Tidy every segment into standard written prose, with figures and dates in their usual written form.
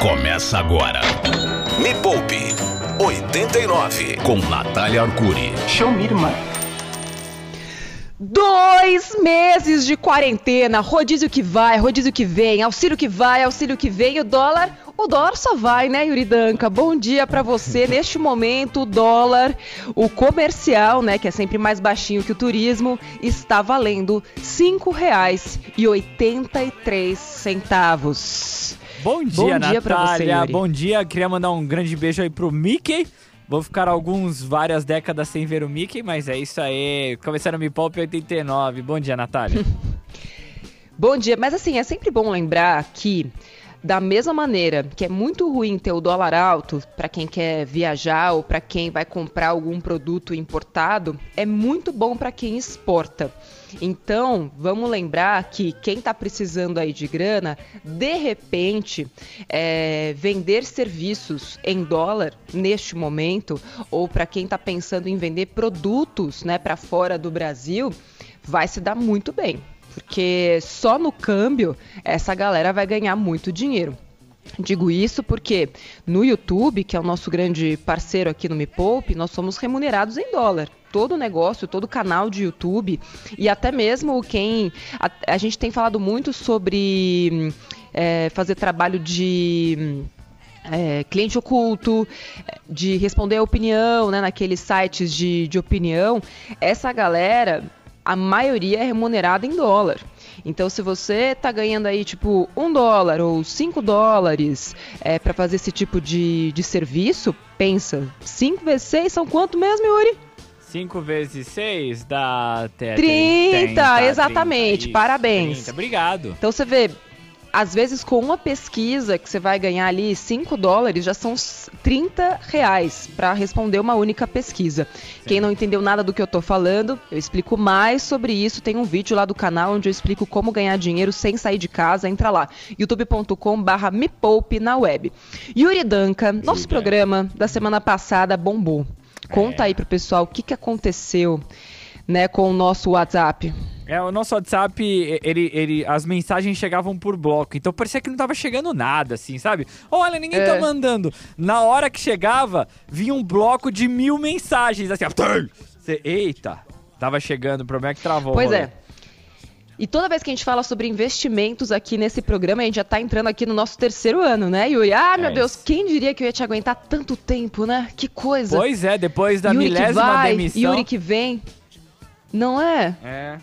Começa agora. Me Poupe 89 com Natália Arcuri. Show me, irmã. 2 meses de quarentena, rodízio que vai, rodízio que vem, auxílio que vai, auxílio que vem, o dólar só vai, né, Yuri Danca? Bom dia pra você. Neste momento, o dólar, o comercial, né, que é sempre mais baixinho que o turismo, está valendo R$ 5,83. Bom dia, Natália. Pra você, Yuri. Bom dia. Queria mandar um grande beijo aí pro Mickey. Vou ficar várias décadas sem ver o Mickey, mas é isso aí. Começando Me Poupe 89. Bom dia, Natália. Bom dia. Mas assim, é sempre bom lembrar que, da mesma maneira que é muito ruim ter o dólar alto para quem quer viajar ou para quem vai comprar algum produto importado, é muito bom para quem exporta. Então, vamos lembrar que quem está precisando aí de grana, de repente, vender serviços em dólar neste momento, ou para quem está pensando em vender produtos, né, para fora do Brasil, vai se dar muito bem. Porque só no câmbio essa galera vai ganhar muito dinheiro. Digo isso porque no YouTube, que é o nosso grande parceiro aqui no Me Poupe, nós somos remunerados em dólar. Todo negócio, todo canal de YouTube e até mesmo a gente tem falado muito sobre fazer trabalho de cliente oculto, de responder a opinião, né, naqueles sites de opinião. Essa galera, a maioria é remunerada em dólar. Então, se você tá ganhando aí, tipo, $1 ou $5 para fazer esse tipo de serviço, pensa, 5 vezes 6 são quanto mesmo, Yuri? 5 vezes 6 dá... 30, exatamente, 30, parabéns. 30, obrigado. Então, você vê, às vezes com uma pesquisa que você vai ganhar ali $5, já são R$30 para responder uma única pesquisa. Sim. Quem não entendeu nada do que eu tô falando, eu explico mais sobre isso. Tem um vídeo lá do canal onde eu explico como ganhar dinheiro sem sair de casa. Entra lá, youtube.com/mepoupe na web. Yuri Danca, nosso programa da semana passada bombou. Conta aí pro pessoal o que aconteceu, né, com o nosso WhatsApp. O nosso WhatsApp, as mensagens chegavam por bloco, então parecia que não tava chegando nada, assim, sabe? Olha, ninguém tá mandando. Na hora que chegava, vinha um bloco de 1000 mensagens, assim, eita, tava chegando, o problema é que travou. Pois é. E toda vez que a gente fala sobre investimentos aqui nesse programa, a gente já tá entrando aqui no nosso 3º ano, né, Yuri? Meu Deus, quem diria que eu ia te aguentar tanto tempo, né? Que coisa. Pois é, depois da Yuri milésima demissão. Yuri que vem, não é?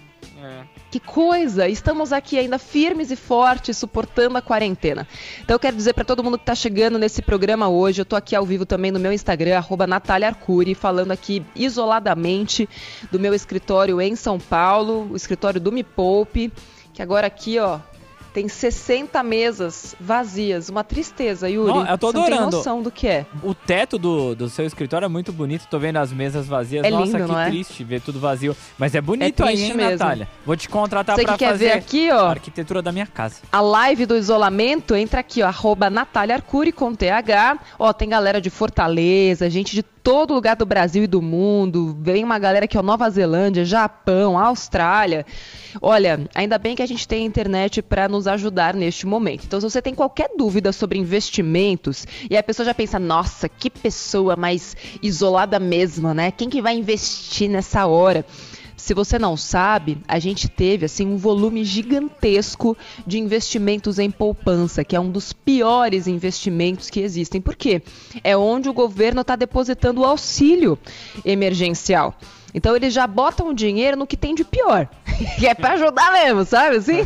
Que coisa! Estamos aqui ainda firmes e fortes, suportando a quarentena. Então eu quero dizer para todo mundo que está chegando nesse programa hoje, eu tô aqui ao vivo também no meu Instagram, @NataliaArcuri, falando aqui isoladamente do meu escritório em São Paulo, o escritório do Me Poupe, que agora aqui, ó, tem 60 mesas vazias. Uma tristeza, Yuri. Não, eu tô adorando. Você não tem noção do que é. O teto do seu escritório é muito bonito. Tô vendo as mesas vazias. Nossa, lindo, que triste ver tudo vazio. Mas é bonito aí, hein, mesmo. Natália? Vou te contratar Você pra que quer fazer ver aqui, ó, a arquitetura da minha casa. A live do isolamento, entra aqui, ó, @NataliaArcuri com TH. Ó, tem galera de Fortaleza, gente de todo lugar do Brasil e do mundo. Vem uma galera aqui, ó, Nova Zelândia, Japão, Austrália. Olha, ainda bem que a gente tem a internet para nos ajudar neste momento. Então, se você tem qualquer dúvida sobre investimentos, e a pessoa já pensa, nossa, que pessoa mais isolada mesmo, né? Quem que vai investir nessa hora? Se você não sabe, a gente teve assim um volume gigantesco de investimentos em poupança, que é um dos piores investimentos que existem. Por quê? É onde o governo está depositando o auxílio emergencial. Então eles já botam o dinheiro no que tem de pior, que é para ajudar mesmo, sabe assim?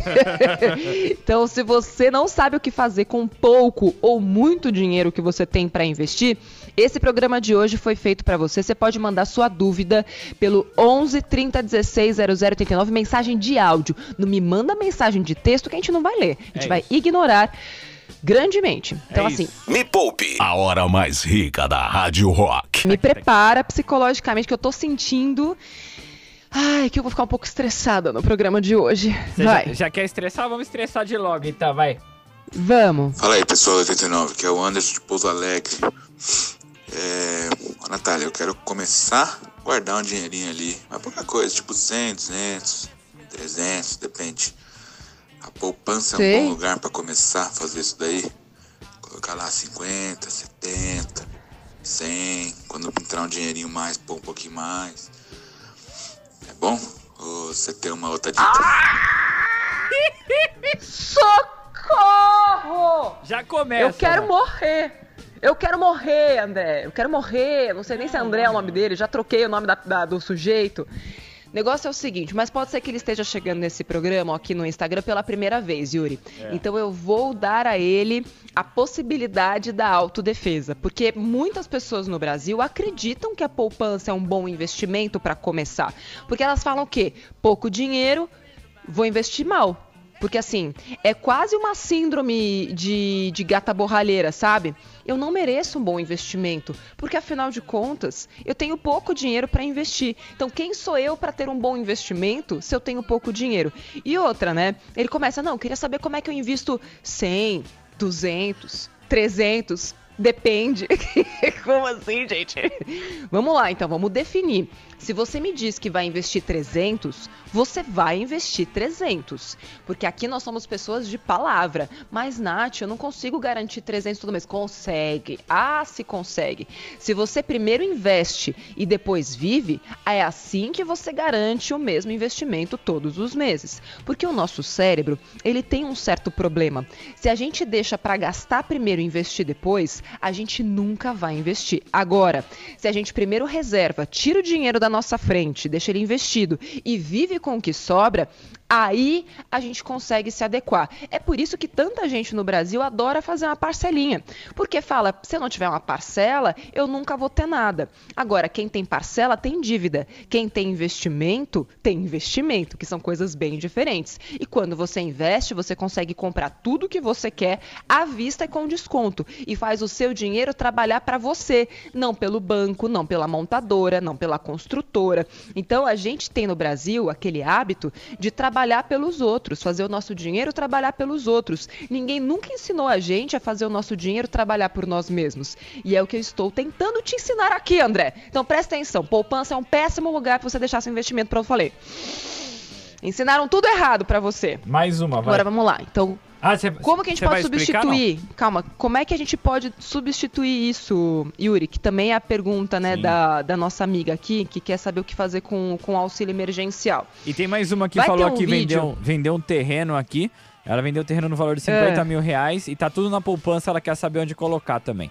Então, se você não sabe o que fazer com pouco ou muito dinheiro que você tem para investir, esse programa de hoje foi feito para você. Você pode mandar sua dúvida pelo 11 30 16 0089, mensagem de áudio. Não me manda mensagem de texto que a gente não vai ler, a gente vai ignorar grandemente. Então, assim, Me Poupe, a hora mais rica da Rádio Rock. Me prepara psicologicamente, que eu tô sentindo que eu vou ficar um pouco estressada no programa de hoje. Você já quer estressar? Vamos estressar de logo, então, vai. Vamos. Fala aí, pessoal 89, que é o Anderson de Pouso Alegre. Natália, eu quero começar a guardar um dinheirinho ali, mas pouca coisa, tipo 100, 200, 300, depende. A poupança é um bom lugar para começar a fazer isso daí. Colocar lá 50, 70, 100. Quando entrar um dinheirinho mais, pôr um pouquinho mais. É bom? Ou você tem uma outra dica? Socorro! Já começa. Eu quero né? morrer. Eu quero morrer, André. Eu quero morrer. Não sei nem se André é o nome dele. Já troquei o nome do sujeito. O negócio é o seguinte, mas pode ser que ele esteja chegando nesse programa aqui no Instagram pela primeira vez, Yuri. Então eu vou dar a ele a possibilidade da autodefesa, porque muitas pessoas no Brasil acreditam que a poupança é um bom investimento para começar. Porque elas falam o quê? Pouco dinheiro, vou investir mal. Porque assim, é quase uma síndrome de gata borralheira, sabe? Eu não mereço um bom investimento, porque afinal de contas, eu tenho pouco dinheiro para investir. Então, quem sou eu para ter um bom investimento se eu tenho pouco dinheiro? E outra, né? Ele começa, não, queria saber como é que eu invisto 100, 200, 300... Depende. Como assim, gente? Vamos lá, então, vamos definir. Se você me diz que vai investir 300, você vai investir 300. Porque aqui nós somos pessoas de palavra. Mas, Nath, eu não consigo garantir 300 todo mês. Consegue. Ah, se consegue. Se você primeiro investe e depois vive, é assim que você garante o mesmo investimento todos os meses. Porque o nosso cérebro, ele tem um certo problema. Se a gente deixa para gastar primeiro e investir depois, a gente nunca vai investir. Agora, se a gente primeiro reserva, tira o dinheiro da nossa frente, deixa ele investido e vive com o que sobra, aí a gente consegue se adequar. É por isso que tanta gente no Brasil adora fazer uma parcelinha. Porque fala, se eu não tiver uma parcela, eu nunca vou ter nada. Agora, quem tem parcela tem dívida. Quem tem investimento, que são coisas bem diferentes. E quando você investe, você consegue comprar tudo que você quer à vista e com desconto. E faz o seu dinheiro trabalhar para você. Não pelo banco, não pela montadora, não pela construtora. Então, a gente tem no Brasil aquele hábito de trabalhar pelos outros, fazer o nosso dinheiro trabalhar pelos outros. Ninguém nunca ensinou a gente a fazer o nosso dinheiro trabalhar por nós mesmos. E é o que eu estou tentando te ensinar aqui, André. Então presta atenção, poupança é um péssimo lugar para você deixar seu investimento, para eu falei. Ensinaram tudo errado para você. Mais uma, vai. Agora vamos lá. Então, como que a gente pode substituir? Calma, como é que a gente pode substituir isso, Yuri? Que também é a pergunta, né, da nossa amiga aqui, que quer saber o que fazer com o auxílio emergencial. E tem mais uma que falou que vendeu um terreno aqui. Ela vendeu o terreno no valor de 50 mil reais e tá tudo na poupança, ela quer saber onde colocar também.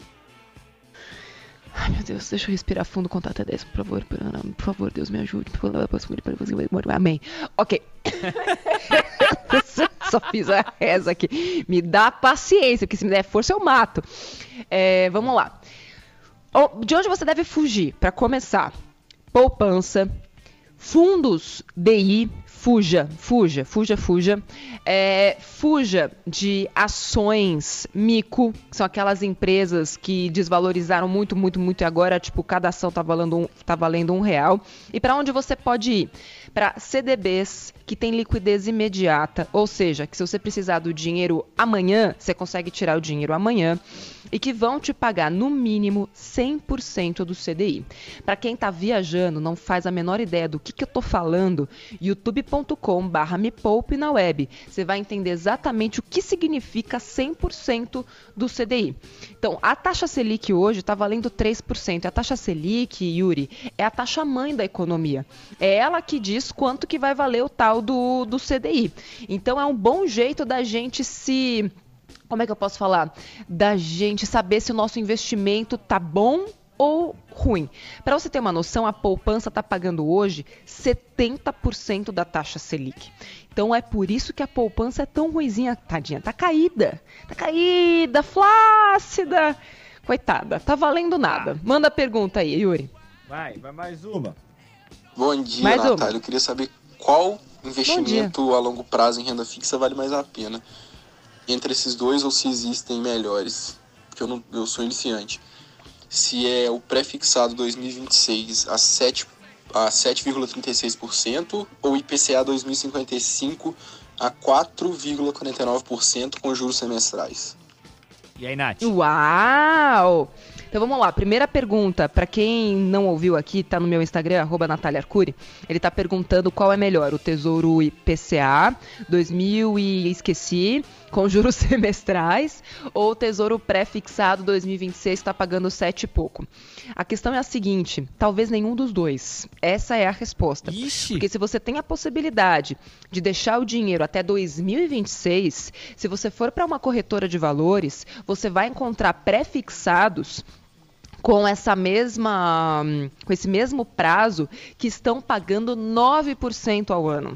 Ai, meu Deus, deixa eu respirar fundo, contar até 10, por favor. Por favor, Deus me ajude. Amém. Ok. Só fiz a reza aqui. Me dá paciência, porque se me der força eu mato. Vamos lá. De onde você deve fugir? Para começar, poupança, fundos DI, fuja. Fuja de ações mico, que são aquelas empresas que desvalorizaram muito e agora, tipo, cada ação tá valendo R$1. E para onde você pode ir? Para CDBs que tem liquidez imediata, ou seja, que se você precisar do dinheiro amanhã, você consegue tirar o dinheiro amanhã e que vão te pagar no mínimo 100% do CDI. Para quem está viajando, não faz a menor ideia do que eu tô falando, youtube.com/me poupe na web. Você vai entender exatamente o que significa 100% do CDI. Então, a taxa Selic hoje está valendo 3%. A taxa Selic, Yuri, é a taxa mãe da economia. É ela que diz quanto que vai valer o tal do CDI. Então, é um bom jeito da gente se... Como é que eu posso falar? Da gente saber se o nosso investimento tá bom ou ruim. Para você ter uma noção, a poupança está pagando hoje 70% da taxa Selic. Então é por isso que a poupança é tão ruinzinha, tadinha, tá caída, flácida, coitada, tá valendo nada. Manda a pergunta aí, Yuri. Vai mais uma. Bom dia, Natália. Eu queria saber qual investimento a longo prazo em renda fixa vale mais a pena entre esses dois ou se existem melhores, porque eu sou iniciante. Se é o pré-fixado 2026 a 7,36% ou IPCA 2055 a 4,49% com juros semestrais. E aí, Nath? Uau! Então vamos lá, primeira pergunta, para quem não ouviu aqui, tá no meu Instagram, @NataliaArcuri, ele tá perguntando qual é melhor, o Tesouro IPCA 2000 e esqueci, com juros semestrais, ou o Tesouro Pré-fixado 2026 está pagando 7 e pouco. A questão é a seguinte, talvez nenhum dos dois, essa é a resposta. Ixi. Porque se você tem a possibilidade de deixar o dinheiro até 2026, se você for para uma corretora de valores, você vai encontrar pré-fixados com esse mesmo prazo que estão pagando 9% ao ano.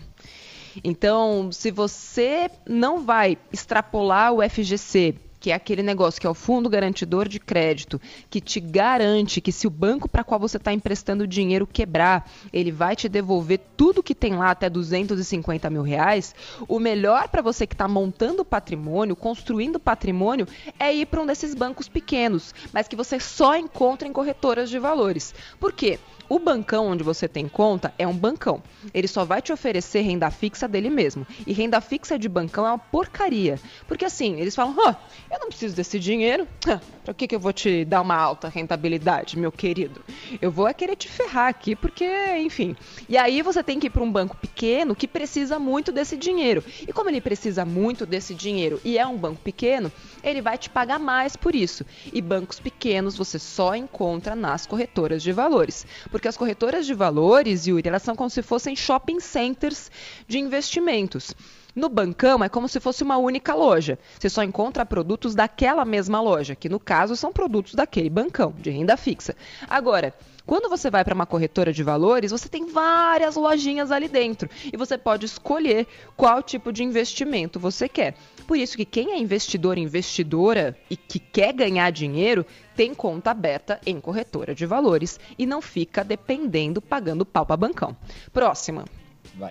Então, se você não vai extrapolar o FGC, que é aquele negócio que é o Fundo Garantidor de Crédito, que te garante que se o banco para qual você está emprestando dinheiro quebrar, ele vai te devolver tudo que tem lá até R$250 mil, o melhor para você que está montando patrimônio, construindo patrimônio, é ir para um desses bancos pequenos, mas que você só encontra em corretoras de valores. Por quê? O bancão onde você tem conta é um bancão. Ele só vai te oferecer renda fixa dele mesmo. E renda fixa de bancão é uma porcaria. Porque assim, eles falam, eu não preciso desse dinheiro. Pra que eu vou te dar uma alta rentabilidade, meu querido? Eu vou querer te ferrar aqui, porque, enfim. E aí você tem que ir para um banco pequeno que precisa muito desse dinheiro. E como ele precisa muito desse dinheiro e é um banco pequeno, ele vai te pagar mais por isso. E bancos pequenos você só encontra nas corretoras de valores. Porque as corretoras de valores, Yuri, elas são como se fossem shopping centers de investimentos. No bancão é como se fosse uma única loja. Você só encontra produtos daquela mesma loja, que no caso são produtos daquele bancão, de renda fixa. Agora, quando você vai para uma corretora de valores, você tem várias lojinhas ali dentro e você pode escolher qual tipo de investimento você quer. Por isso que quem é investidor, investidora e que quer ganhar dinheiro, tem conta aberta em corretora de valores e não fica dependendo, pagando pau para bancão. Próxima. Vai.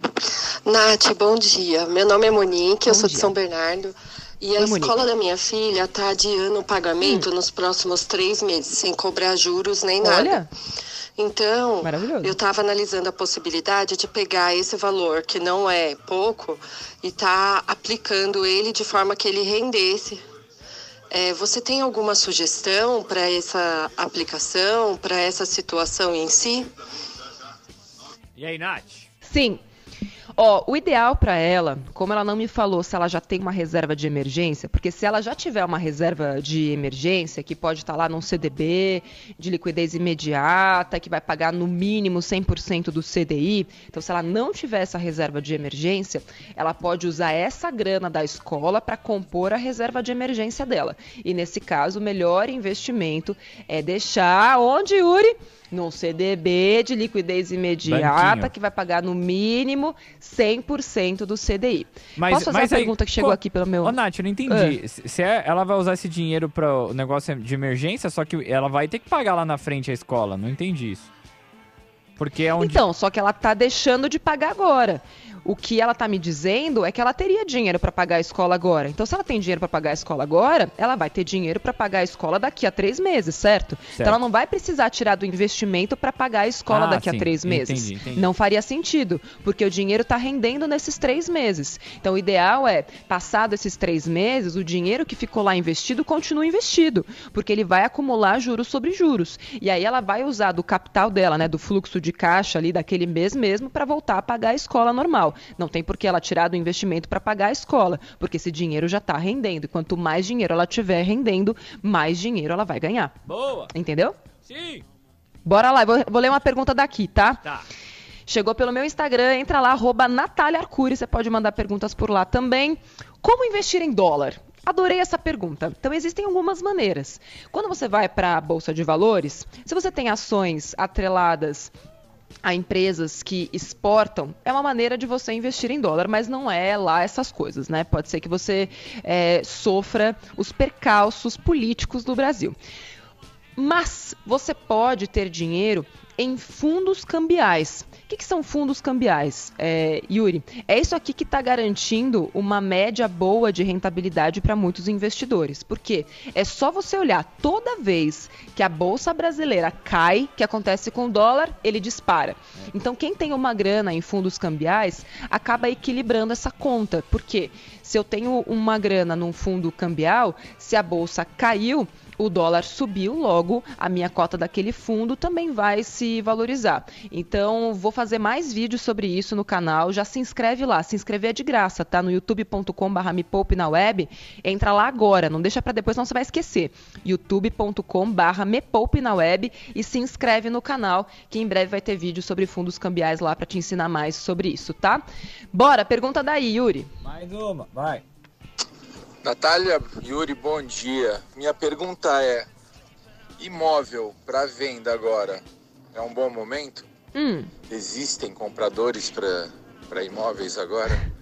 Nath, bom dia. Meu nome é Monique, eu sou de São Bernardo. E a escola da minha filha está adiando o pagamento nos próximos 3 meses, sem cobrar juros nem nada. Olha. Então, eu estava analisando a possibilidade de pegar esse valor, que não é pouco, e tá aplicando ele de forma que ele rendesse. Você tem alguma sugestão para essa aplicação, para essa situação em si? E aí, Nath? Sim. O ideal para ela, como ela não me falou se ela já tem uma reserva de emergência, porque se ela já tiver uma reserva de emergência, que pode estar lá num CDB, de liquidez imediata, que vai pagar no mínimo 100% do CDI, então se ela não tiver essa reserva de emergência, ela pode usar essa grana da escola para compor a reserva de emergência dela. E nesse caso, o melhor investimento é deixar onde, Yuri? Num CDB de liquidez imediata, banquinho, que vai pagar no mínimo 100% do CDI. Posso fazer uma pergunta que chegou aqui pelo meu... Ô, Nath, eu não entendi. Ela vai usar esse dinheiro para o negócio de emergência, só que ela vai ter que pagar lá na frente a escola. Não entendi isso. Porque é onde... Então, só que ela tá deixando de pagar agora. O que ela tá me dizendo é que ela teria dinheiro para pagar a escola agora. Então, se ela tem dinheiro para pagar a escola agora, ela vai ter dinheiro para pagar a escola daqui a 3 meses, certo? Então, ela não vai precisar tirar do investimento para pagar a escola daqui a 3 meses. Entendi. Não faria sentido, porque o dinheiro está rendendo nesses 3 meses. Então, o ideal é, passado esses 3 meses, o dinheiro que ficou lá investido continua investido, porque ele vai acumular juros sobre juros. E aí ela vai usar do capital dela, né, do fluxo de caixa ali daquele mês mesmo, para voltar a pagar a escola normal. Não tem por que ela tirar do investimento para pagar a escola, porque esse dinheiro já está rendendo. E quanto mais dinheiro ela tiver rendendo, mais dinheiro ela vai ganhar. Boa! Entendeu? Sim! Bora lá, vou ler uma pergunta daqui, tá? Tá. Chegou pelo meu Instagram, entra lá, @NataliaArcuri, você pode mandar perguntas por lá também. Como investir em dólar? Adorei essa pergunta. Então, existem algumas maneiras. Quando você vai para a Bolsa de Valores, se você tem ações atreladas a empresas que exportam, é uma maneira de você investir em dólar, mas não é lá essas coisas, né? Pode ser que você sofra os percalços políticos do Brasil. Mas você pode ter dinheiro em fundos cambiais. O que são fundos cambiais, Yuri? É isso aqui que está garantindo uma média boa de rentabilidade para muitos investidores. Por quê? É só você olhar, toda vez que a Bolsa Brasileira cai, que acontece com o dólar, ele dispara. Então, quem tem uma grana em fundos cambiais, acaba equilibrando essa conta. Por quê? Se eu tenho uma grana num fundo cambial, se a Bolsa caiu, o dólar subiu, logo a minha cota daquele fundo também vai se valorizar. Então, vou fazer mais vídeos sobre isso no canal. Já se inscreve lá. Se inscrever é de graça, tá? No youtube.com/mepoupenaweb. Entra lá agora. Não deixa para depois, senão você vai esquecer. youtube.com/mepoupenaweb e se inscreve no canal, que em breve vai ter vídeo sobre fundos cambiais lá para te ensinar mais sobre isso, tá? Bora, pergunta daí, Yuri. Mais uma, vai. Natália, Yuri, bom dia. Minha pergunta é: imóvel para venda agora é um bom momento? Existem compradores para imóveis agora?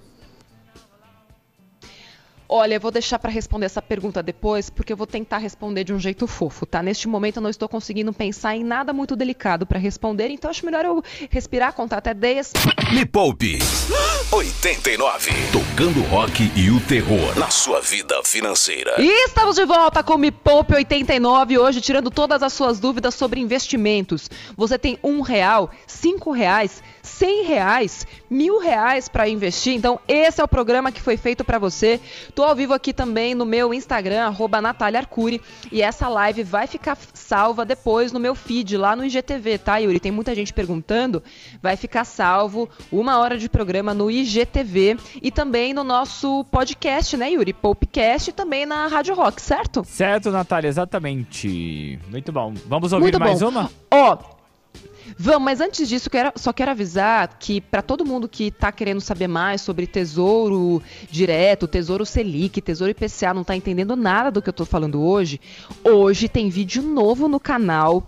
Olha, eu vou deixar para responder essa pergunta depois, porque eu vou tentar responder de um jeito fofo, tá? Neste momento eu não estou conseguindo pensar em nada muito delicado para responder, então acho melhor eu respirar, contar até 10. Me Poupe 89. Tocando rock e o terror na sua vida financeira. E estamos de volta com Me Poupe 89, hoje tirando todas as suas dúvidas sobre investimentos. Você tem R$1, R$5, R$100, R$1.000 para investir? Então esse é o programa que foi feito para você. Tô ao vivo aqui também no meu Instagram, @NataliaArcuri, e essa live vai ficar salva depois no meu feed lá no IGTV, tá, Yuri? Tem muita gente perguntando. Vai ficar salvo 1 hora de programa no IGTV e também no nosso podcast, né, Yuri? Poupecast, e também na Rádio Rock, certo? Certo, Natália, exatamente. Muito bom. Vamos ouvir mais uma? Vamos, mas antes disso, só quero avisar que para todo mundo que está querendo saber mais sobre Tesouro Direto, Tesouro Selic, Tesouro IPCA, não está entendendo nada do que eu estou falando hoje tem vídeo novo no canal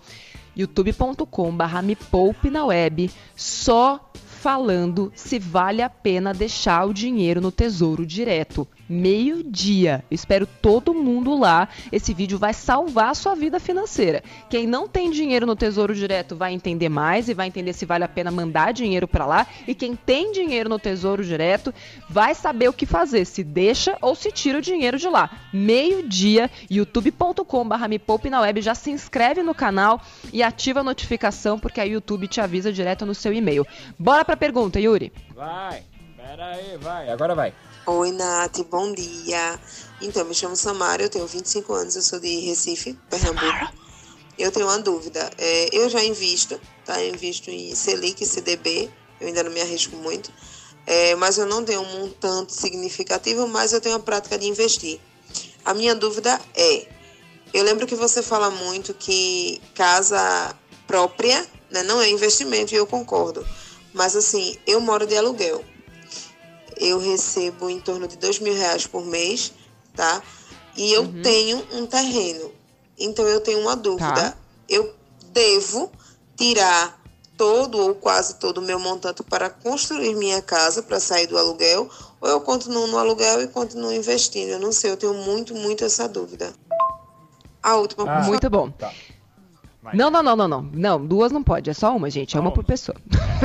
youtube.com/mepoupenaweb, só falando se vale a pena deixar o dinheiro no Tesouro Direto. 12:00. Espero todo mundo lá. Esse vídeo vai salvar a sua vida financeira. Quem não tem dinheiro no Tesouro Direto vai entender mais e vai entender se vale a pena mandar dinheiro para lá. E quem tem dinheiro no Tesouro Direto vai saber o que fazer, se deixa ou se tira o dinheiro de lá. 12:00, youtube.com/mepoupenaweb. Já se inscreve no canal e ativa a notificação, porque aí o YouTube te avisa direto no seu e-mail. Bora pra pergunta, Yuri. Vai, pera aí, vai, agora vai. Oi, Nath, bom dia. Então, me chamo Samara, eu tenho 25 anos, eu sou de Recife, Pernambuco. Eu tenho uma dúvida. Eu já invisto, tá? Eu invisto em Selic e CDB, eu ainda não me arrisco muito. Mas eu não tenho um montante significativo, mas eu tenho a prática de investir. A minha dúvida eu lembro que você fala muito que casa própria, né, não é investimento, e eu concordo. Mas assim, eu moro de aluguel. Eu recebo em torno de R$2.000 por mês, tá? E eu tenho um terreno. Então, eu tenho uma dúvida. Tá. Eu devo tirar todo ou quase todo o meu montante para construir minha casa, para sair do aluguel? Ou eu continuo no aluguel e continuo investindo? Eu não sei, eu tenho muito essa dúvida. A última. Muito bom. Tá. Não. Não, 2 não pode, é só uma, gente. É uma por pessoa.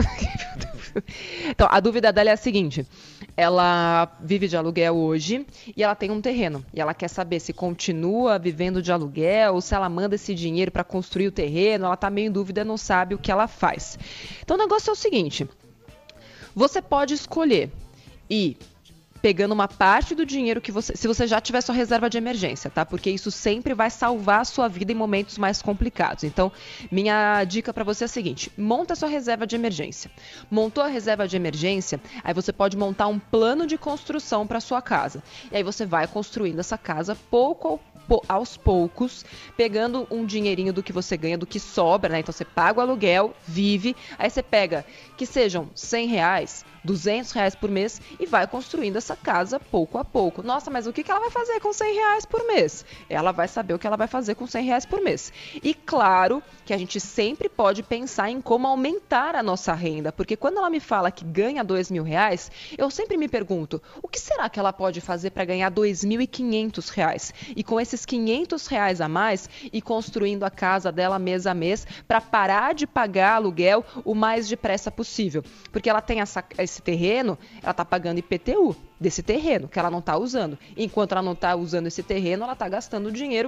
Então, a dúvida dela é a seguinte: ela vive de aluguel hoje e ela tem um terreno. E ela quer saber se continua vivendo de aluguel ou se ela manda esse dinheiro para construir o terreno. Ela está meio em dúvida, não sabe o que ela faz. Então, o negócio é o seguinte: você pode escolher ir pegando uma parte do dinheiro que se você já tiver sua reserva de emergência, tá? Porque isso sempre vai salvar a sua vida em momentos mais complicados. Então, minha dica para você é a seguinte: monta a sua reserva de emergência. Montou a reserva de emergência, aí você pode montar um plano de construção para sua casa. E aí você vai construindo essa casa aos poucos, pegando um dinheirinho do que você ganha, do que sobra, né? Então você paga o aluguel, vive, aí você pega que sejam R$100, R$200 por mês e vai construindo essa casa pouco a pouco. Nossa, mas o que ela vai fazer com R$100 por mês? Ela vai saber o que ela vai fazer com R$100 por mês. E claro que a gente sempre pode pensar em como aumentar a nossa renda, porque quando ela me fala que ganha R$2.000, eu sempre me pergunto, o que será que ela pode fazer para ganhar R$2.500? E com esses R$500 a mais, ir construindo a casa dela mês a mês para parar de pagar aluguel o mais depressa possível. Porque ela tem esse terreno, ela está pagando IPTU desse terreno que ela não está usando. Enquanto ela não está usando esse terreno, ela está gastando dinheiro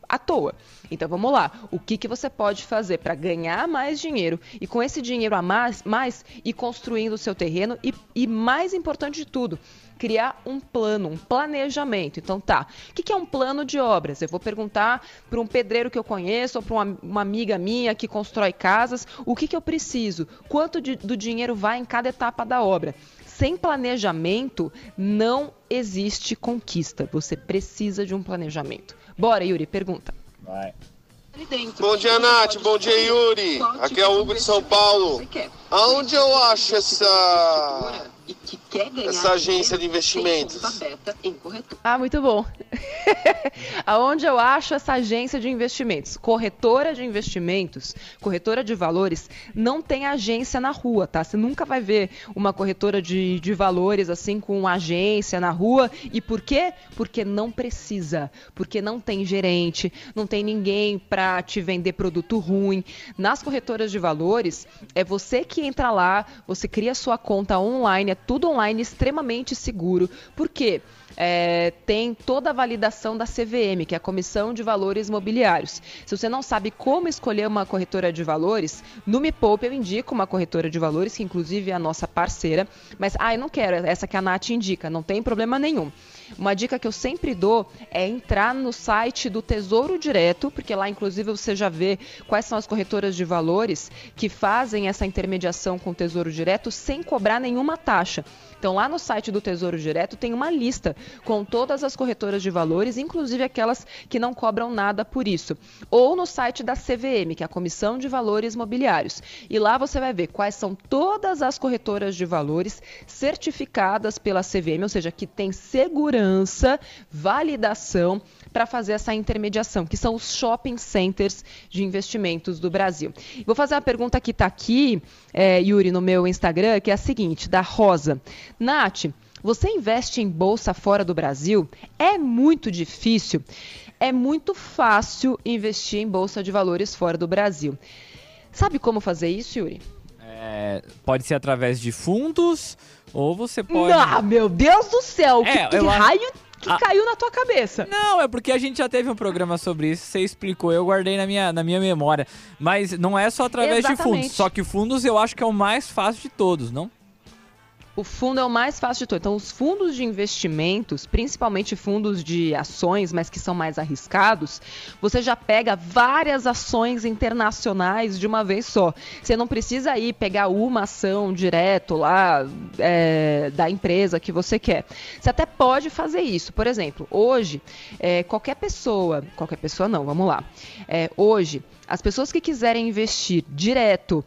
à toa. Então vamos lá, o que você pode fazer para ganhar mais dinheiro e com esse dinheiro a mais ir construindo o seu terreno e mais importante de tudo, criar um plano, um planejamento. Então tá, o que é um plano de obras? Eu vou perguntar para um pedreiro que eu conheço ou para uma amiga minha que constrói casas, o que eu preciso, quanto do dinheiro vai em cada etapa da obra. Sem planejamento não existe conquista, você precisa de um planejamento. Bora, Yuri, pergunta. Vai. Bom dia, Nath. Bom dia, Yuri. Aqui é o Hugo de São Paulo. Aonde eu acho essa agência de investimentos? Ah, muito bom. Aonde eu acho essa agência de investimentos? Corretora de investimentos, corretora de valores, não tem agência na rua, tá? Você nunca vai ver uma corretora de valores assim com agência na rua. E por quê? Porque não precisa, porque não tem gerente, não tem ninguém para te vender produto ruim. Nas corretoras de valores, é você que entra lá, você cria sua conta online, é tudo online, extremamente seguro. Por quê? Tem toda a validação da CVM, que é a Comissão de Valores Mobiliários. Se você não sabe como escolher uma corretora de valores, no Me Poupe eu indico uma corretora de valores, que inclusive é a nossa parceira, mas eu não quero, essa que a Nath indica, não tem problema nenhum. Uma dica que eu sempre dou é entrar no site do Tesouro Direto, porque lá inclusive você já vê quais são as corretoras de valores que fazem essa intermediação com o Tesouro Direto sem cobrar nenhuma taxa. Então lá no site do Tesouro Direto tem uma lista com todas as corretoras de valores, inclusive aquelas que não cobram nada por isso. Ou no site da CVM, que é a Comissão de Valores Mobiliários. E lá você vai ver quais são todas as corretoras de valores certificadas pela CVM, ou seja, que tem segurança, validação para fazer essa intermediação, que são os shopping centers de investimentos do Brasil. Vou fazer uma pergunta que está aqui, Yuri, no meu Instagram, que é a seguinte, da Rosa. Nath, você investe em bolsa fora do Brasil? É muito difícil? É muito fácil investir em bolsa de valores fora do Brasil. Sabe como fazer isso, Yuri? Pode ser através de fundos, ou você pode... Ah, meu Deus do céu! Que raio que caiu na tua cabeça? Não, é porque a gente já teve um programa sobre isso, você explicou, eu guardei na minha memória. Mas não é só através de fundos, só que fundos eu acho que é o mais fácil de todos, não? O fundo é o mais fácil de todos. Então, os fundos de investimentos, principalmente fundos de ações, mas que são mais arriscados, você já pega várias ações internacionais de uma vez só. Você não precisa ir pegar uma ação direto lá da empresa que você quer. Você até pode fazer isso. Por exemplo, hoje, qualquer pessoa não, vamos lá. Hoje, as pessoas que quiserem investir direto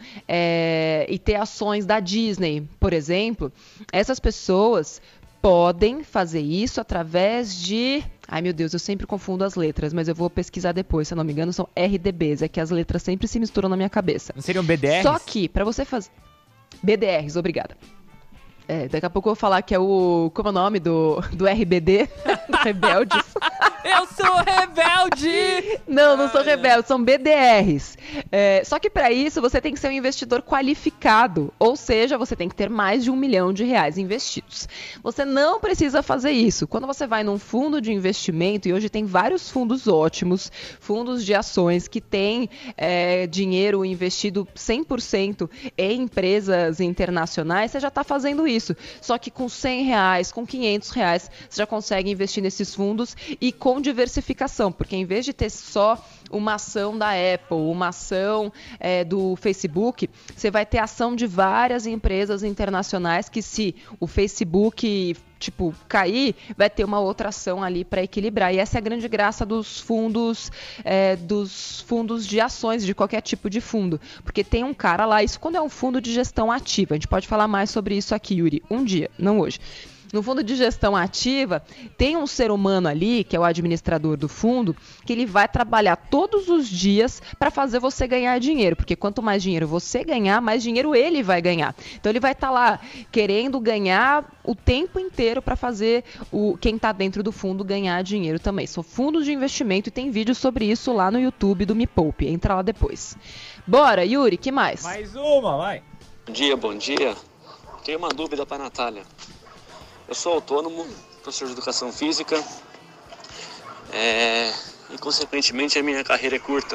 e ter ações da Disney, por exemplo, essas pessoas podem fazer isso através de... Ai, meu Deus, eu sempre confundo as letras, mas eu vou pesquisar depois, se eu não me engano, são RDBs, é que as letras sempre se misturam na minha cabeça. Não seriam BDRs? Só que, para você fazer... BDRs, obrigada. Daqui a pouco eu vou falar que é o... Como é o nome do RBD? Rebeldes. Eu sou rebelde! Não sou rebelde, são BDRs. Só que para isso você tem que ser um investidor qualificado, ou seja, você tem que ter mais de R$1 milhão investidos. Você não precisa fazer isso. Quando você vai num fundo de investimento, e hoje tem vários fundos ótimos, fundos de ações que têm dinheiro investido 100% em empresas internacionais, você já está fazendo isso. Só que com R$100, com R$500, você já consegue investir nesses fundos e com diversificação, porque em vez de ter só uma ação da Apple, uma ação do Facebook, você vai ter ação de várias empresas internacionais que, se o Facebook cair, vai ter uma outra ação ali para equilibrar. E essa é a grande graça dos fundos de ações, de qualquer tipo de fundo. Porque tem um cara lá, isso quando é um fundo de gestão ativa. A gente pode falar mais sobre isso aqui, Yuri, um dia, não hoje. No fundo de gestão ativa, tem um ser humano ali, que é o administrador do fundo, que ele vai trabalhar todos os dias para fazer você ganhar dinheiro, porque quanto mais dinheiro você ganhar, mais dinheiro ele vai ganhar. Então ele vai estar lá querendo ganhar o tempo inteiro para fazer quem está dentro do fundo ganhar dinheiro também. São fundos de investimento e tem vídeo sobre isso lá no YouTube do Me Poupe. Entra lá depois. Bora, Yuri, que mais? Mais uma, vai. Bom dia. Tenho uma dúvida para a Natália. Eu sou autônomo, professor de educação física. e, consequentemente, a minha carreira é curta.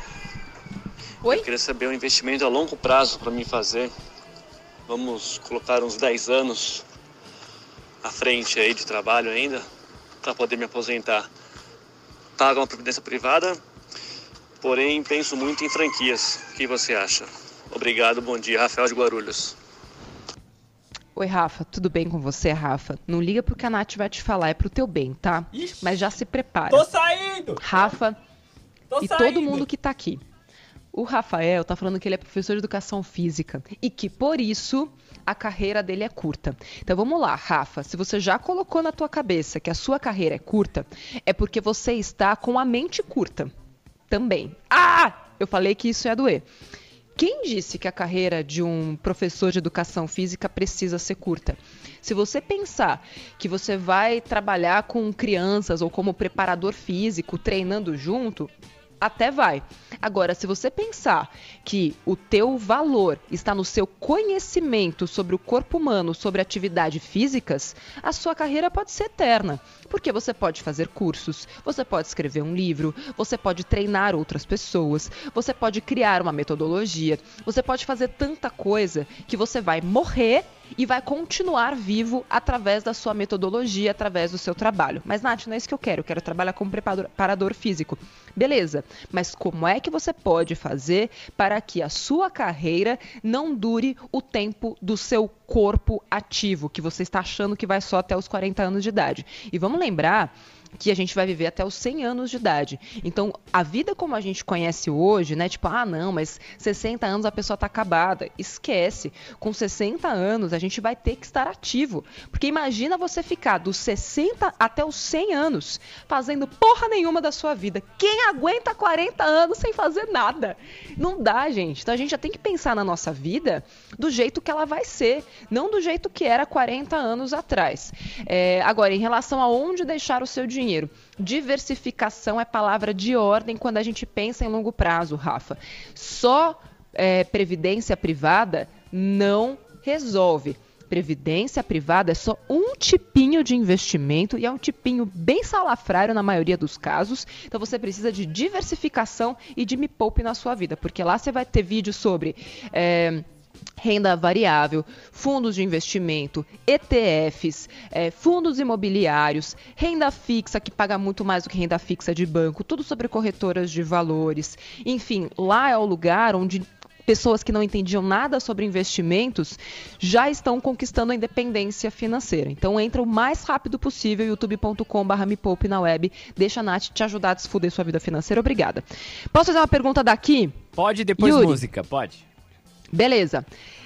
Oi? Eu queria saber um investimento a longo prazo para mim fazer. Vamos colocar uns 10 anos à frente aí de trabalho ainda, para poder me aposentar. Pago uma previdência privada, porém penso muito em franquias. O que você acha? Obrigado, bom dia. Rafael de Guarulhos. Oi, Rafa, tudo bem com você, Rafa? Não liga pro que a Nath vai te falar, é pro teu bem, tá? Ixi, mas já se prepara. Tô saindo! Rafa todo mundo que tá aqui. O Rafael tá falando que ele é professor de educação física e que, por isso, a carreira dele é curta. Então, vamos lá, Rafa. Se você já colocou na tua cabeça que a sua carreira é curta, é porque você está com a mente curta também. Eu falei que isso ia doer. Quem disse que a carreira de um professor de educação física precisa ser curta? Se você pensar que você vai trabalhar com crianças ou como preparador físico, treinando junto, até vai. Agora, se você pensar que o teu valor está no seu conhecimento sobre o corpo humano, sobre atividades físicas, a sua carreira pode ser eterna. Porque você pode fazer cursos, você pode escrever um livro, você pode treinar outras pessoas, você pode criar uma metodologia, você pode fazer tanta coisa que você vai morrer e vai continuar vivo através da sua metodologia, através do seu trabalho. Mas, Nath, não é isso que eu quero trabalhar como preparador físico. Beleza, mas como é que você pode fazer para que a sua carreira não dure o tempo do seu corpo ativo, que você está achando que vai só até os 40 anos de idade? E vamos lembrar que a gente vai viver até os 100 anos de idade. Então, a vida como a gente conhece hoje, né? Tipo, não, mas 60 anos a pessoa tá acabada. Esquece. Com 60 anos, a gente vai ter que estar ativo. Porque imagina você ficar dos 60 até os 100 anos fazendo porra nenhuma da sua vida. Quem aguenta 40 anos sem fazer nada? Não dá, gente. Então, a gente já tem que pensar na nossa vida do jeito que ela vai ser, não do jeito que era 40 anos atrás. Agora, em relação a onde deixar o seu dinheiro, diversificação é palavra de ordem quando a gente pensa em longo prazo, Rafa. Só previdência privada não resolve. Previdência privada é só um tipinho de investimento e é um tipinho bem salafrário na maioria dos casos. Então você precisa de diversificação e de Me Poupe na sua vida, porque lá você vai ter vídeos sobre renda variável, fundos de investimento, ETFs, fundos imobiliários, renda fixa, que paga muito mais do que renda fixa de banco, tudo sobre corretoras de valores. Enfim, lá é o lugar onde pessoas que não entendiam nada sobre investimentos já estão conquistando a independência financeira. Então entra o mais rápido possível, youtube.com/mepoupe na web. Deixa a Nath te ajudar a desfoder sua vida financeira. Obrigada. Posso fazer uma pergunta daqui? Pode, depois Yuri. Música, pode. Beleza.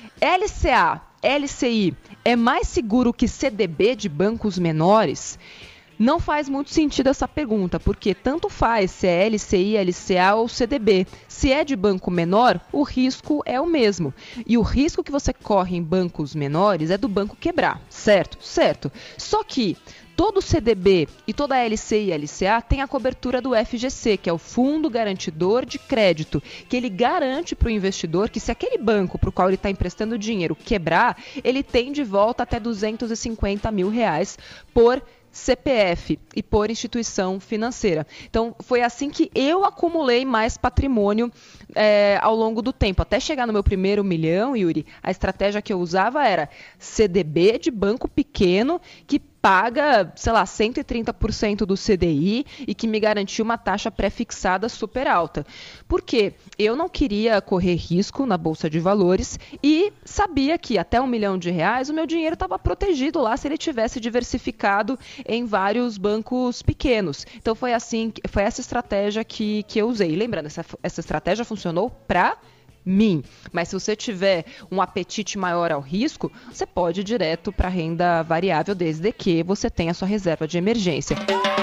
LCA, LCI é mais seguro que CDB de bancos menores? Não faz muito sentido essa pergunta, porque tanto faz se é LCI, LCA ou CDB. Se é de banco menor, o risco é o mesmo. E o risco que você corre em bancos menores é do banco quebrar, certo? Certo. Só que todo CDB e toda LCI e LCA tem a cobertura do FGC, que é o Fundo Garantidor de Crédito, que ele garante para o investidor que se aquele banco para o qual ele está emprestando dinheiro quebrar, ele tem de volta até R$250 mil por CPF e por instituição financeira. Então, foi assim que eu acumulei mais patrimônio ao longo do tempo. Até chegar no meu primeiro milhão, Yuri, a estratégia que eu usava era CDB de banco pequeno que paga, sei lá, 130% do CDI e que me garantiu uma taxa pré-fixada super alta. Por quê? Eu não queria correr risco na Bolsa de Valores e sabia que até R$1 milhão o meu dinheiro estava protegido lá se ele tivesse diversificado em vários bancos pequenos. Então foi essa estratégia que eu usei. Lembrando, essa estratégia funcionou para mim. Mas se você tiver um apetite maior ao risco, você pode ir direto para a renda variável, desde que você tenha a sua reserva de emergência.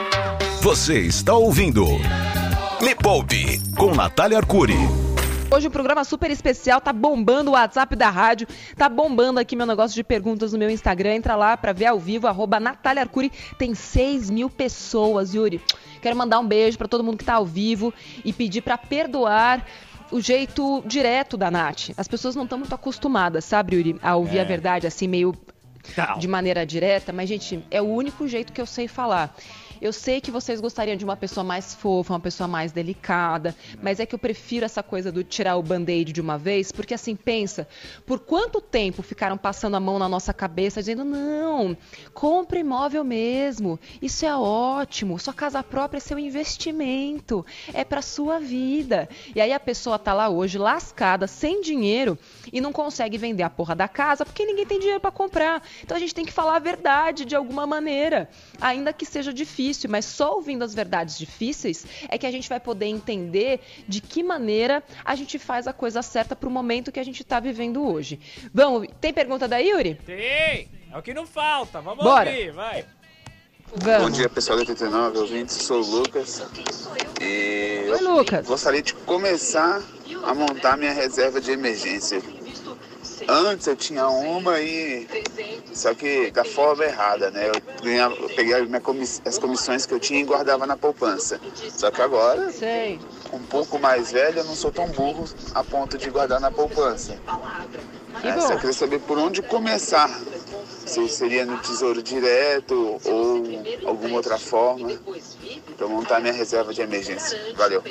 Você está ouvindo Me Poupe, com Natália Arcuri. Hoje um programa super especial, tá bombando o WhatsApp da rádio, tá bombando aqui meu negócio de perguntas no meu Instagram, entra lá pra ver ao vivo, @Natália Arcuri, tem 6 mil pessoas, Yuri. Quero mandar um beijo pra todo mundo que tá ao vivo e pedir pra perdoar o jeito direto da Nath. As pessoas não estão muito acostumadas, sabe, Yuri, a ouvir a verdade assim, meio de maneira direta, mas, gente, é o único jeito que eu sei falar. eu sei que vocês gostariam de uma pessoa mais fofa, uma pessoa mais delicada, mas é que eu prefiro essa coisa do tirar o band-aid de uma vez, porque assim, pensa, por quanto tempo ficaram passando a mão na nossa cabeça, dizendo, não, compre imóvel mesmo, isso é ótimo, sua casa própria é seu investimento, é pra sua vida. E aí a pessoa tá lá hoje lascada, sem dinheiro, e não consegue vender a porra da casa, porque ninguém tem dinheiro pra comprar. Então a gente tem que falar a verdade de alguma maneira, ainda que seja difícil, mas só ouvindo as verdades difíceis é que a gente vai poder entender de que maneira a gente faz a coisa certa pro momento que a gente tá vivendo hoje. Vamos, tem pergunta da Yuri? Tem, é o que não falta, vamos ouvir, vai. Vamos. Bom dia, pessoal da 89, ouvintes, sou o Lucas. E Oi, Lucas. Gostaria de começar a montar minha reserva de emergência. Antes eu tinha uma só que da forma errada, né? Eu peguei as comissões que eu tinha e guardava na poupança. Só que agora, um pouco mais velho, eu não sou tão burro a ponto de guardar na poupança. Só queria saber por onde começar. Se seria no Tesouro Direto ou alguma outra forma para montar minha reserva de emergência. Valeu.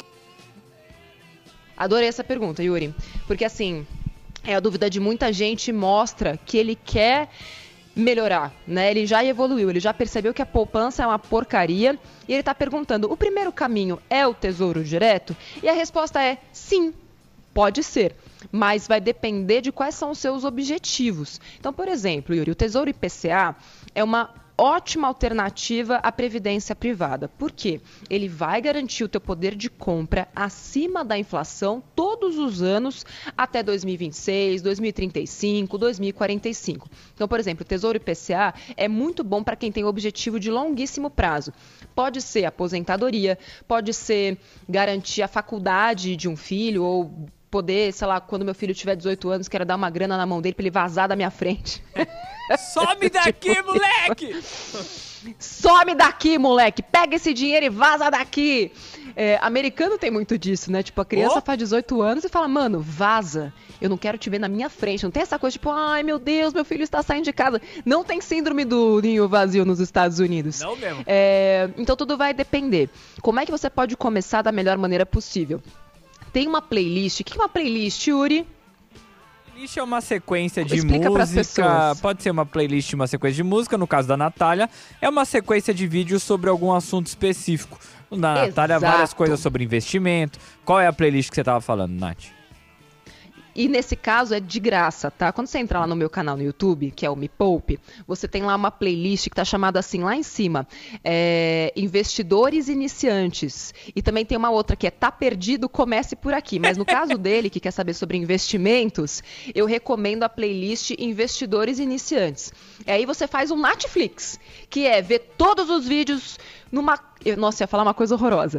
Adorei essa pergunta, Yuri. Porque assim, a dúvida de muita gente mostra que ele quer melhorar, né? Ele já evoluiu, ele já percebeu que a poupança é uma porcaria e ele está perguntando, o primeiro caminho é o Tesouro Direto? E a resposta é sim, pode ser. Mas vai depender de quais são os seus objetivos. Então, por exemplo, Yuri, o Tesouro IPCA é uma ótima alternativa à previdência privada. Por quê? Ele vai garantir o teu poder de compra acima da inflação todos os anos até 2026, 2035, 2045. Então, por exemplo, o Tesouro IPCA é muito bom para quem tem objetivo de longuíssimo prazo. Pode ser aposentadoria, pode ser garantir a faculdade de um filho ou poder, sei lá, quando meu filho tiver 18 anos, quero dar uma grana na mão dele pra ele vazar da minha frente. Some daqui, moleque! Some daqui, moleque! Pega esse dinheiro e vaza daqui! Americano tem muito disso, né? Tipo, a criança faz 18 anos e fala, mano, vaza. Eu não quero te ver na minha frente. Não tem essa coisa tipo, ai, meu Deus, meu filho está saindo de casa. Não tem síndrome do ninho vazio nos Estados Unidos. Não mesmo. Então tudo vai depender. Como é que você pode começar da melhor maneira possível? Tem uma playlist. O que é uma playlist, Yuri? Playlist é uma sequência de Explica música. Pode ser uma playlist, uma sequência de música. No caso da Natália, é uma sequência de vídeos sobre algum assunto específico. Na Natália, várias coisas sobre investimento. Qual é a playlist que você estava falando, Nath? E nesse caso é de graça, tá? Quando você entrar lá no meu canal no YouTube, que é o Me Poupe, você tem lá uma playlist que tá chamada assim, lá em cima, Investidores Iniciantes. E também tem uma outra que é Tá Perdido, Comece por Aqui. Mas no caso dele, que quer saber sobre investimentos, eu recomendo a playlist Investidores Iniciantes. E aí você faz um Netflix, que é ver todos os vídeos numa... Nossa, ia falar uma coisa horrorosa.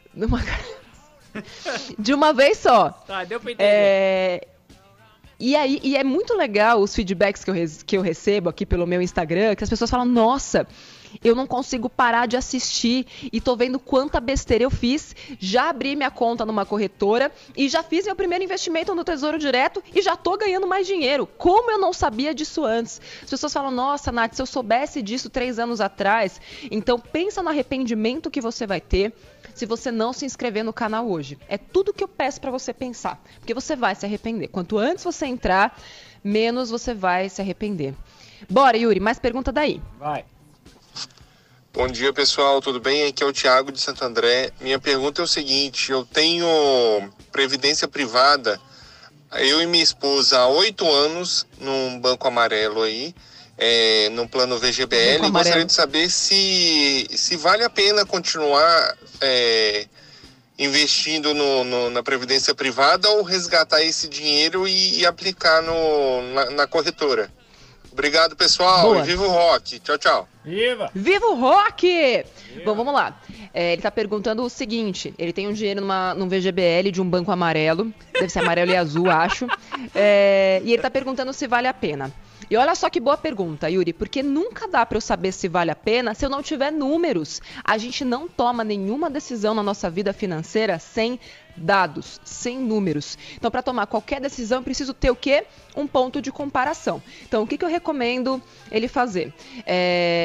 De uma vez só. Tá, deu pra entender. E é muito legal os feedbacks que eu recebo aqui pelo meu Instagram, que as pessoas falam, nossa, eu não consigo parar de assistir e tô vendo quanta besteira eu fiz, já abri minha conta numa corretora e já fiz meu primeiro investimento no Tesouro Direto e já tô ganhando mais dinheiro. Como eu não sabia disso antes? As pessoas falam, nossa, Nath, se eu soubesse disso 3 anos atrás. Então pensa no arrependimento que você vai ter se você não se inscrever no canal hoje. É tudo que eu peço para você pensar, porque você vai se arrepender. Quanto antes você entrar, menos você vai se arrepender. Bora, Yuri, mais pergunta daí. Vai. Bom dia, pessoal, tudo bem? Aqui é o Thiago de Santo André. Minha pergunta é o seguinte, eu tenho previdência privada, eu e minha esposa há 8 anos num banco amarelo aí, no plano VGBL, e gostaria de saber se vale a pena continuar investindo na previdência privada ou resgatar esse dinheiro e aplicar na corretora. Obrigado, pessoal. Boa. E viva o rock. Tchau, tchau. Viva! Viva o rock! Bom, vamos lá. Ele está perguntando o seguinte, ele tem um dinheiro num VGBL de um banco amarelo, deve ser amarelo e azul, acho, e ele está perguntando se vale a pena. E olha só que boa pergunta, Yuri, porque nunca dá para eu saber se vale a pena se eu não tiver números. A gente não toma nenhuma decisão na nossa vida financeira sem dados, sem números. Então, para tomar qualquer decisão, eu preciso ter o quê? Um ponto de comparação. Então, o que eu recomendo ele fazer?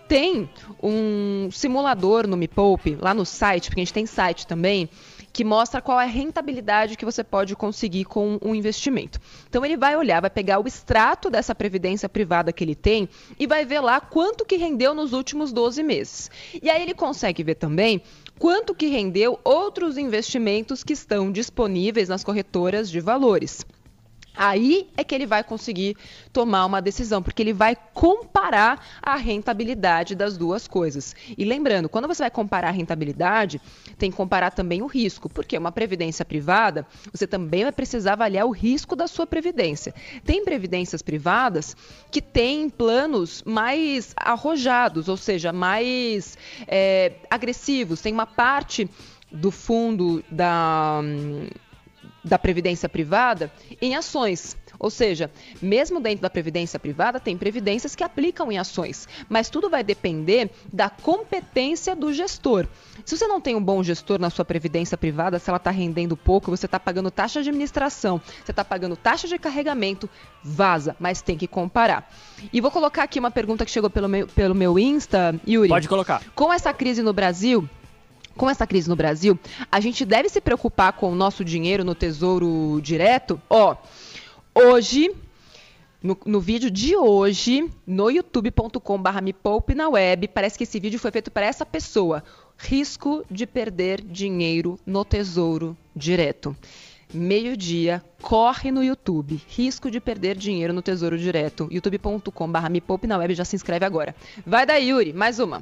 Tem um simulador no Me Poupe, lá no site, porque a gente tem site também, que mostra qual é a rentabilidade que você pode conseguir com um investimento. Então ele vai olhar, vai pegar o extrato dessa previdência privada que ele tem e vai ver lá quanto que rendeu nos últimos 12 meses. E aí ele consegue ver também quanto que rendeu outros investimentos que estão disponíveis nas corretoras de valores. Aí é que ele vai conseguir tomar uma decisão, porque ele vai comparar a rentabilidade das duas coisas. E lembrando, quando você vai comparar a rentabilidade, tem que comparar também o risco, porque uma previdência privada, você também vai precisar avaliar o risco da sua previdência. Tem previdências privadas que têm planos mais arrojados, ou seja, mais agressivos. Tem uma parte do fundo da previdência privada em ações. Ou seja, mesmo dentro da previdência privada, tem previdências que aplicam em ações, mas tudo vai depender da competência do gestor. Se você não tem um bom gestor na sua previdência privada, se ela está rendendo pouco, você está pagando taxa de administração, você está pagando taxa de carregamento, vaza, mas tem que comparar. E vou colocar aqui uma pergunta que chegou pelo meu Insta, Yuri. Pode colocar. Com essa crise no Brasil, a gente deve se preocupar com o nosso dinheiro no Tesouro Direto? Hoje, no vídeo de hoje, no youtube.com/mepoupe-na-web, parece que esse vídeo foi feito para essa pessoa. Risco de perder dinheiro no Tesouro Direto. Meio-dia, corre no YouTube. Risco de perder dinheiro no Tesouro Direto. youtube.com/mepoupe-na-web, já se inscreve agora. Vai daí, Yuri, mais uma.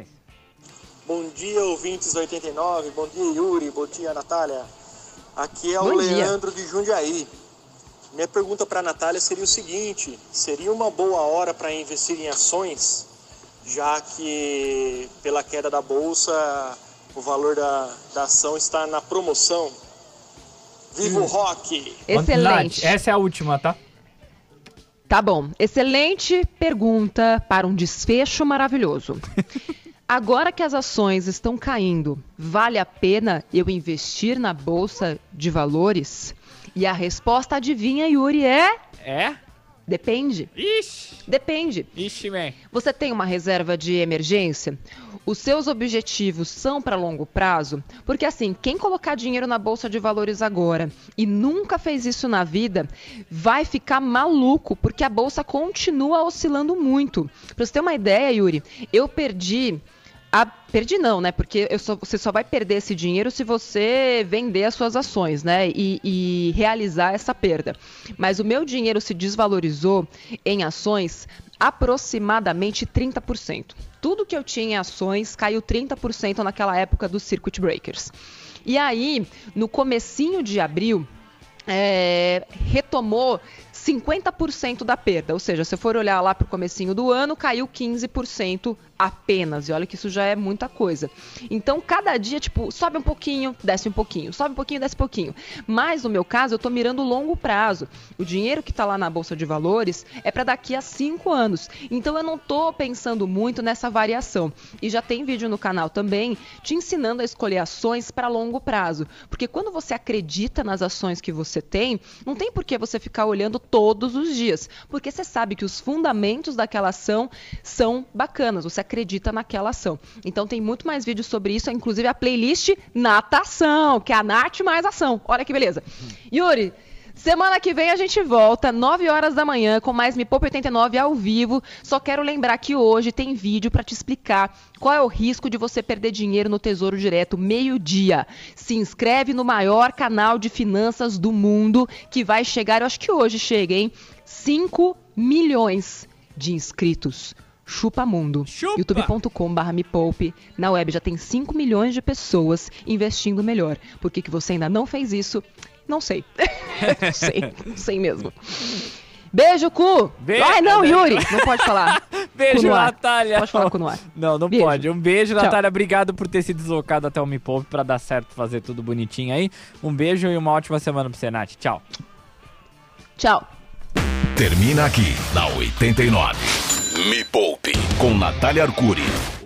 Bom dia, ouvintes 89. Bom dia, Yuri. Bom dia, Natália. Aqui é o Leandro de Jundiaí. Minha pergunta para a Natália seria o seguinte: seria uma boa hora para investir em ações, já que pela queda da bolsa o valor da ação está na promoção? Viva o rock! Excelente. Nath, essa é a última, tá? Tá bom. Excelente pergunta para um desfecho maravilhoso. Agora que as ações estão caindo, vale a pena eu investir na Bolsa de Valores? E a resposta, adivinha, Yuri, É? Depende. Ixi! Depende. Ixi, man. Você tem uma reserva de emergência? Os seus objetivos são para longo prazo? Porque assim, quem colocar dinheiro na Bolsa de Valores agora e nunca fez isso na vida, vai ficar maluco, porque a Bolsa continua oscilando muito. Para você ter uma ideia, Yuri, eu perdi não, né? Porque você só vai perder esse dinheiro se você vender as suas ações, né? E realizar essa perda. Mas o meu dinheiro se desvalorizou em ações aproximadamente 30%. Tudo que eu tinha em ações caiu 30% naquela época dos Circuit Breakers. E aí, no comecinho de abril, retomou 50% da perda, ou seja, se for olhar lá para o comecinho do ano, caiu 15% apenas, e olha que isso já é muita coisa. Então, cada dia, sobe um pouquinho, desce um pouquinho, sobe um pouquinho, desce um pouquinho. Mas, no meu caso, eu estou mirando longo prazo. O dinheiro que está lá na Bolsa de Valores é para daqui a 5 anos. Então, eu não estou pensando muito nessa variação. E já tem vídeo no canal também te ensinando a escolher ações para longo prazo. Porque quando você acredita nas ações que você tem, não tem por que você ficar olhando todos os dias. Porque você sabe que os fundamentos daquela ação são bacanas. Você acredita naquela ação. Então tem muito mais vídeos sobre isso, inclusive a playlist Natação, que é a Nath mais ação. Olha que beleza. Yuri, semana que vem a gente volta, 9 horas da manhã, com mais Me Poupe 89 ao vivo. Só quero lembrar que hoje tem vídeo para te explicar qual é o risco de você perder dinheiro no Tesouro Direto, meio-dia. Se inscreve no maior canal de finanças do mundo, que vai chegar, eu acho que hoje chega, hein? 5 milhões de inscritos. Chupa Mundo. youtube.com/mepoupe. Na web já tem 5 milhões de pessoas investindo melhor. Por que você ainda não fez isso? Não sei. Não sei mesmo. Beijo, cu! Ai, não, Yuri! Não pode falar. Beijo, Natália. Pode falar com o ar. Não beijo. Pode. Um beijo, Tchau. Natália. Obrigado por ter se deslocado até o Me Poupe pra dar certo, fazer tudo bonitinho aí. Um beijo e uma ótima semana pra você, Nath. Tchau. Tchau. Termina aqui, na 89. Me Poupe, com Natália Arcuri.